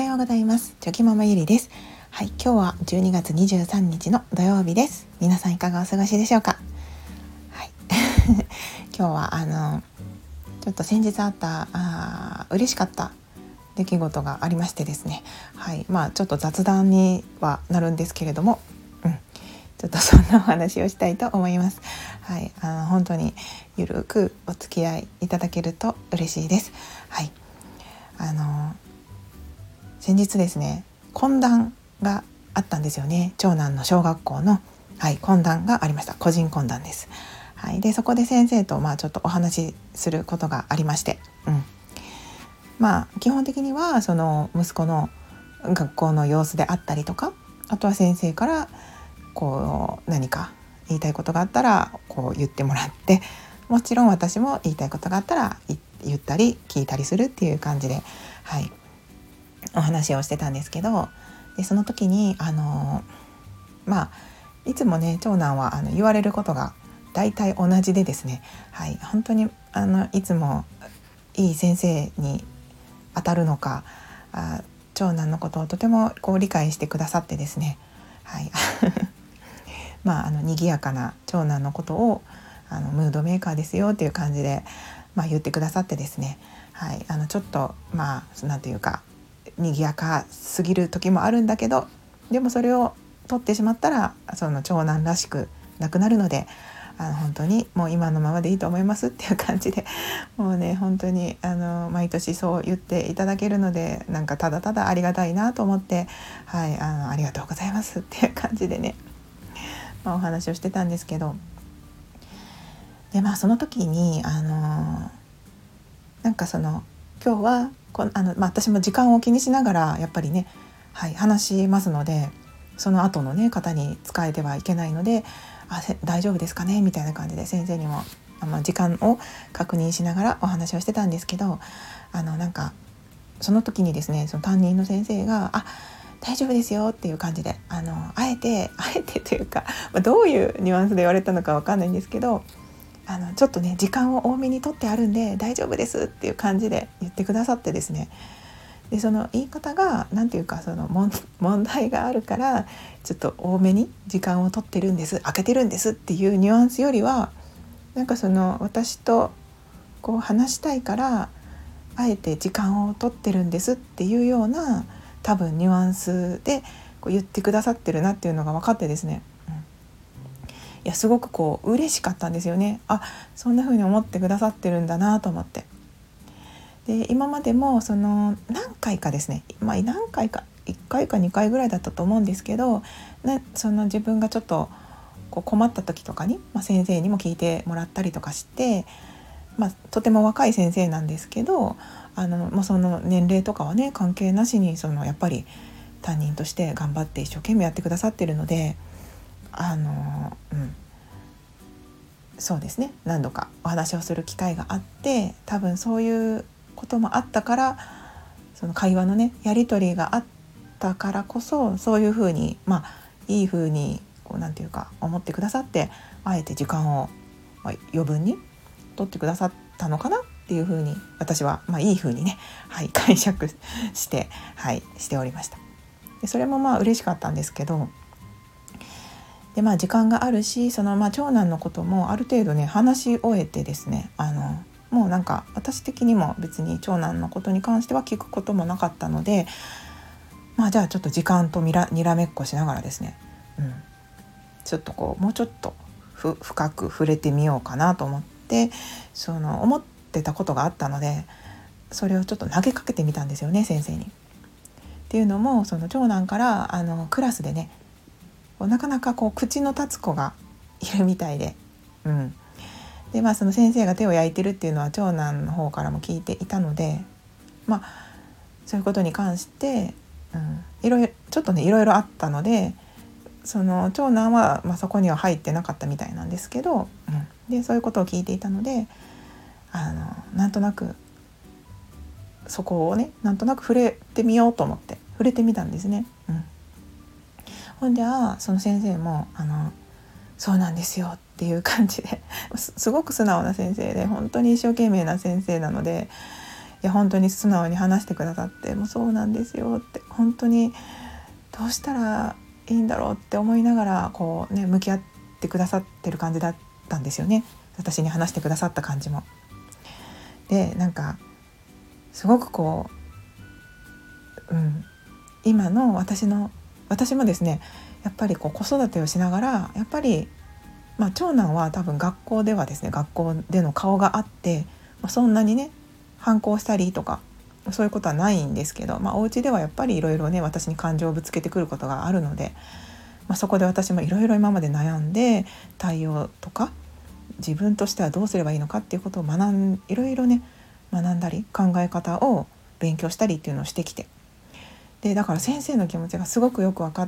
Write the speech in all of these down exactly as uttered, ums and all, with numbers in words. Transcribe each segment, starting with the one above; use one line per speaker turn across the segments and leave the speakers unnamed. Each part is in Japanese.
はようございます。チョキママゆりです。はい、今日はじゅうにがつにじゅうさんにちの土曜日です。皆さんいかがお過ごしでしょうか。はい、今日はあのちょっと先日あったあ嬉しかった出来事がありましてですね。はい、まあちょっと雑談にはなるんですけれども、うん、ちょっとそんなお話をしたいと思います。はい、あの本当にゆるくお付き合いいただけると嬉しいです。はい、あの先日ですね、懇談があったんですよね。長男の小学校の、はい、懇談がありました。個人懇談です。はい、でそこで先生とまあちょっとお話しすることがありまして、うん、まあ基本的にはその息子の学校の様子であったりとか、あとは先生からこう何か言いたいことがあったらこう言ってもらって、もちろん私も言いたいことがあったら言ったり聞いたりするっていう感じで、はい、お話をしてたんですけど、でその時にあのまあいつもね長男はあの言われることが大体同じでですね、はい、本当にあのいつもいい先生に当たるのか、あ長男のことをとてもこう理解してくださってですね、はいまああの賑やかな長男のことをあのムードメーカーですよっていう感じで、まあ、言ってくださってですね、はい、あのちょっとまあなんていうか賑やかすぎる時もあるんだけど、でもそれを取ってしまったらその長男らしくなくなるので、あの本当にもう今のままでいいと思いますっていう感じで、もうね本当にあの毎年そう言っていただけるので、なんかただただありがたいなと思って、はい、あのありがとうございますっていう感じでね、まあ、お話をしてたんですけど、でまあその時にあのなんかその今日はこあの、まあ、私も時間を気にしながらやっぱりね、はい、話しますので、その後の、ね、方に使えてはいけないので、あ大丈夫ですかねみたいな感じで先生にも、まあ、時間を確認しながらお話をしてたんですけど、あのなんかその時にですね、その担任の先生があ大丈夫ですよっていう感じで、あのあえてあえてというか、まあ、どういうニュアンスで言われたのか分かんないんですけど、あのちょっとね時間を多めに取ってあるんで大丈夫ですっていう感じで言ってくださってですね、でその言い方がなんていうか、その問題があるからちょっと多めに時間を取ってるんです、空けてるんですっていうニュアンスよりは、なんかその私とこう話したいからあえて時間を取ってるんですっていうような多分ニュアンスでこう言ってくださってるなっていうのが分かってですね、いやすごくこう嬉しかったんですよね。あそんな風に思ってくださってるんだなと思って、で今までもその何回かですね、まあ、何回かいっかいかにかいぐらいだったと思うんですけど、ね、その自分がちょっとこう困った時とかに、まあ、先生にも聞いてもらったりとかして、まあ、とても若い先生なんですけど、あのもうその年齢とかはね関係なしに、そのやっぱり担任として頑張って一生懸命やってくださってるので、あの、うん、そうですね、何度かお話をする機会があって、多分そういうこともあったから、その会話のねやり取りがあったからこそ、そういうふうにまあいいふうにこうなんていうか思ってくださって、あえて時間を、まあ、余分に取ってくださったのかなっていうふうに私は、まあ、いいふうにね、はい、解釈して、はい、しておりました。でそれもまあ嬉しかったんですけど、でまあ時間があるし、そのまあ長男のこともある程度ね話し終えてですね、あのもうなんか私的にも別に長男のことに関しては聞くこともなかったので、まあじゃあちょっと時間とにらめっこしながらですね、うん、ちょっとこうもうちょっとふ深く触れてみようかなと思って、その思ってたことがあったので、それをちょっと投げかけてみたんですよね、先生に。っていうのも、その長男からあのクラスでね、なかなかこう口の立つ子がいるみたいで、うん、でまあその先生が手を焼いてるっていうのは長男の方からも聞いていたので、まあそういうことに関して、うん、いろいろちょっとねいろいろあったので、その長男は、まあ、そこには入ってなかったみたいなんですけど、うん、でそういうことを聞いていたので、あのなんとなくそこをねなんとなく触れてみようと思って触れてみたんですね。うん、ほんであその先生もあのそうなんですよっていう感じです、すごく素直な先生で、本当に一生懸命な先生なので、 や本当に素直に話してくださって、もうそうなんですよって、本当にどうしたらいいんだろうって思いながらこうね向き合ってくださってる感じだったんですよね。私に話してくださった感じも。でなんかすごくこう、うん、今の私の私もですね、やっぱりこう子育てをしながら、やっぱり、まあ、長男は多分学校ではですね、学校での顔があって、まあ、そんなにね反抗したりとかそういうことはないんですけど、まあ、お家ではやっぱりいろいろね私に感情をぶつけてくることがあるので、まあ、そこで私もいろいろ今まで悩んで対応とか自分としてはどうすればいいのかっていうことを学んいろいろね学んだり考え方を勉強したりっていうのをしてきて、でだから先生の気持ちがすごくよく分かって、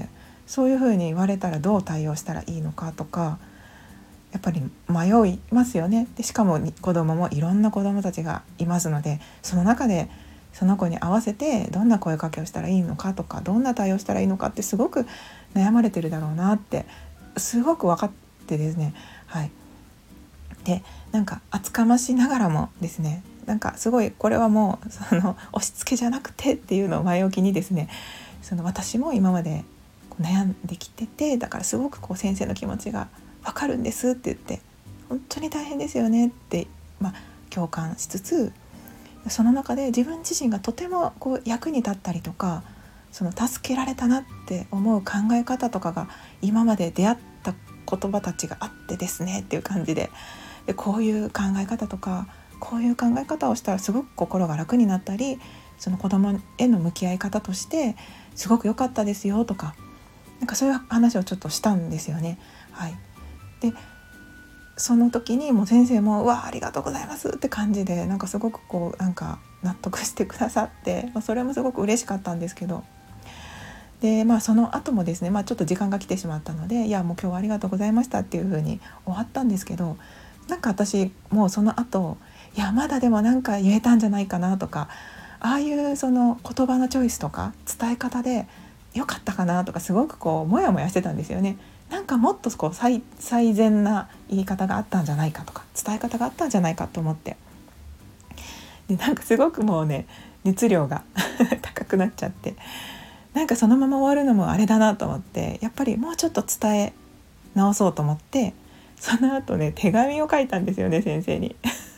そういうふうに言われたらどう対応したらいいのかとかやっぱり迷いますよね。でしかも子供もいろんな子供たちがいますので、その中でその子に合わせてどんな声かけをしたらいいのかとかどんな対応したらいいのかってすごく悩まれてるだろうなってすごく分かってですね、はい、でなんか厚かましながらもですね、なんかすごいこれはもうその押し付けじゃなくてっていうのを前置きにですね、その私も今まで悩んできてて、だからすごくこう先生の気持ちが分かるんですって言って、本当に大変ですよねって、まあ、共感しつつ、その中で自分自身がとてもこう役に立ったりとか、その助けられたなって思う考え方とかが今まで出会った言葉たちがあってですねっていう感じで、でこういう考え方とかこういう考え方をしたらすごく心が楽になったり、その子供への向き合い方としてすごく良かったですよとか、なんかそういう話をちょっとしたんですよね。はい、でその時にもう先生もうわありがとうございますって感じで、なんかすごくこうなんか納得してくださって、まあ、それもすごく嬉しかったんですけど、でまあその後もですね、まあ、ちょっと時間が来てしまったので、いやもう今日はありがとうございましたっていう風に終わったんですけど、なんか私もうその後いやまだでもなんか言えたんじゃないかなとか、ああいうその言葉のチョイスとか伝え方で良かったかなとかすごくこうモヤモヤしてたんですよね。なんかもっとこう 最, 最善な言い方があったんじゃないかとか伝え方があったんじゃないかと思って、でなんかすごくもうね熱量が高くなっちゃって、なんかそのまま終わるのもあれだなと思って、やっぱりもうちょっと伝え直そうと思って、その後ね手紙を書いたんですよね、先生に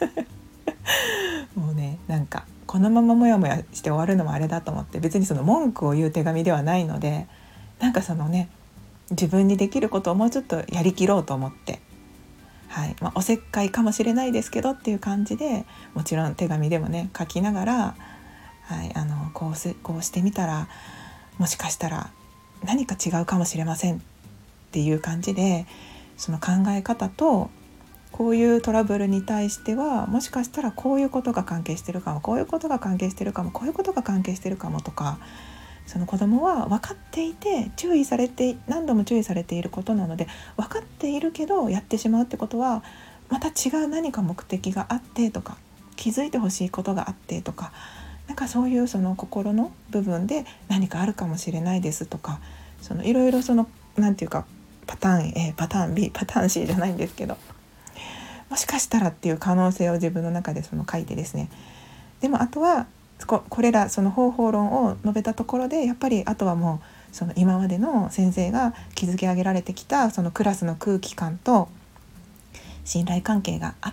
もうねなんかこのままモヤモヤして終わるのもあれだと思って、別にその文句を言う手紙ではないので、なんかそのね自分にできることをもうちょっとやりきろうと思って、はいまあ、おせっかいかもしれないですけどっていう感じで、もちろん手紙でもね書きながら、はい、あのこうす、こうしてみたらもしかしたら何か違うかもしれませんっていう感じで、その考え方とこういうトラブルに対してはもしかしたらこういうことが関係してるかも、こういうことが関係してるかも、こういうことが関係してるかもとか、その子供は分かっていて注意されて何度も注意されていることなので、分かっているけどやってしまうってことはまた違う何か目的があってとか、気づいてほしいことがあってとか、なんかそういうその心の部分で何かあるかもしれないですとか、そのいろいろそのなんていうかパターン A パターン B パターン C じゃないんですけど、もしかしたらっていう可能性を自分の中でその書いてですね、でもあとは こ, これらその方法論を述べたところで、やっぱりあとはもうその今までの先生が築き上げられてきたそのクラスの空気感と信頼関係があって、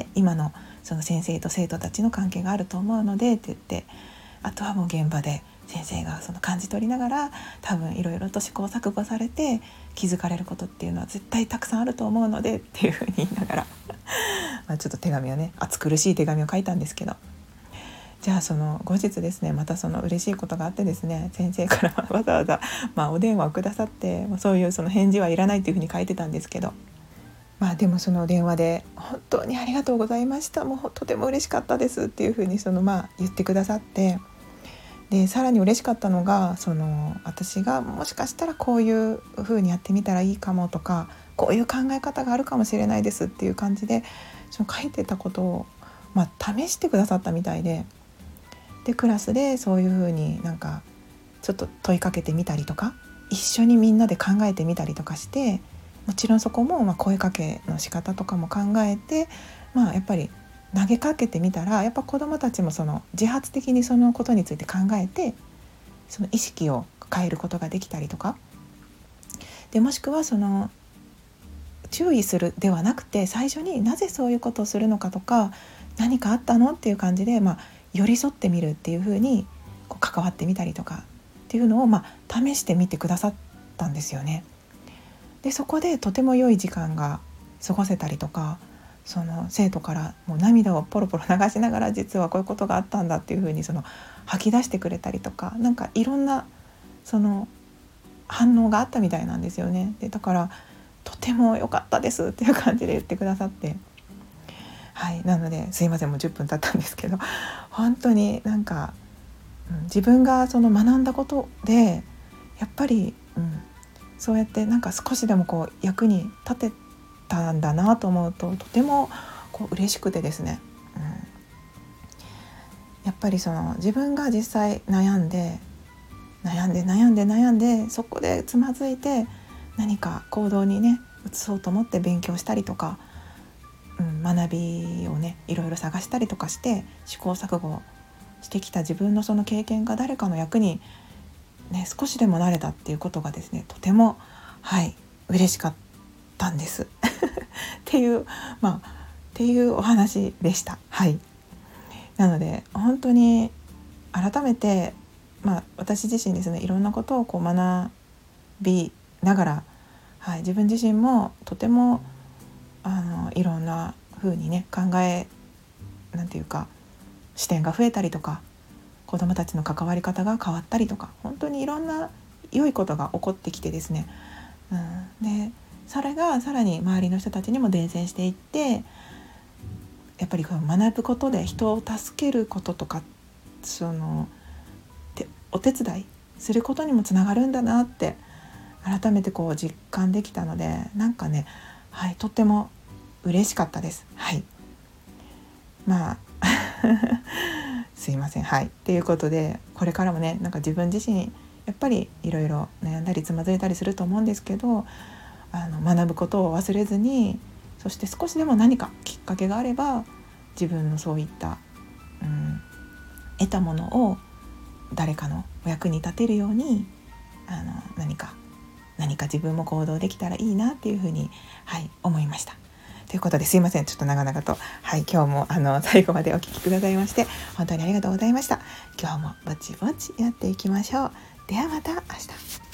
今のその先生と生徒たちの関係があると思うのでって言って、あとはもう現場で先生がその感じ取りながら多分いろいろと試行錯誤されて気づかれることっていうのは絶対たくさんあると思うのでっていうふうに言いながらまあちょっと手紙をね、暑苦しい手紙を書いたんですけど、じゃあその後日ですね、またその嬉しいことがあってですね、先生からわざわざまあお電話をくださって、そういうその返事はいらないっていうふうに書いてたんですけど、まあでもその電話で本当にありがとうございました、もうとても嬉しかったですっていうふうにそのまあ言ってくださって、でさらに嬉しかったのが、その私がもしかしたらこういうふうにやってみたらいいかもとか、こういう考え方があるかもしれないですっていう感じでその書いてたことをまあ試してくださったみたいで、でクラスでそういうふうになんかちょっと問いかけてみたりとか、一緒にみんなで考えてみたりとかして、もちろんそこもまあ声かけの仕方とかも考えて、まあやっぱり投げかけてみたら、やっぱ子どもたちもその自発的にそのことについて考えて、その意識を変えることができたりとかで、もしくはその注意するではなくて、最初になぜそういうことをするのかとか、何かあったのっていう感じで、まあ、寄り添ってみるっていう風にこう関わってみたりとかっていうのを、まあ、試してみてくださったんですよね。でそこでとても良い時間が過ごせたりとか、その生徒からもう涙をポロポロ流しながら、実はこういうことがあったんだっていう風にその吐き出してくれたりとか、なんかいろんなその反応があったみたいなんですよね。でだからとても良かったですっていう感じで言ってくださって、はい、なのですいません、もうじゅっぷん経ったんですけど、本当になんか、うん、自分がその学んだことでやっぱり、うん、そうやってなんか少しでもこう役に立てたんだなと思うと、とてもこう嬉しくてですね、うん、やっぱりその自分が実際悩んで悩んで悩んで悩んでそこでつまずいて何か行動にね移そうと思って勉強したりとか、うん、学びをねいろいろ探したりとかして試行錯誤してきた自分のその経験が誰かの役に、ね、少しでもなれたっていうことがですね、とてもはい嬉しかったんですっていうまあっていうお話でした。はい。なので本当に改めて、まあ、私自身ですね、いろんなことをこう学びながら、はい、自分自身もとてもあのいろんな風にね考えなんていうか視点が増えたりとか、子どもたちの関わり方が変わったりとか、本当にいろんな良いことが起こってきてですね、うん、でそれがさらに周りの人たちにも伝染していって、やっぱりこう学ぶことで人を助けることとか、そのお手伝いすることにもつながるんだなって改めてこう実感できたので、なんかね、はい、とっても嬉しかったです。はい、まあすいません。はい、っていうことで、これからもね、なんか自分自身やっぱりいろいろ悩んだりつまずいたりすると思うんですけど、あの学ぶことを忘れずに、そして少しでも何かきっかけがあれば自分のそういった、うん、得たものを誰かのお役に立てるように、あの何か何か自分も行動できたらいいなっていうふうに、はい、思いました。ということですいません、ちょっと長々と、はい、今日もあの最後までお聞きくださいまして本当にありがとうございました。今日もぼちぼちやっていきましょう。ではまた明日。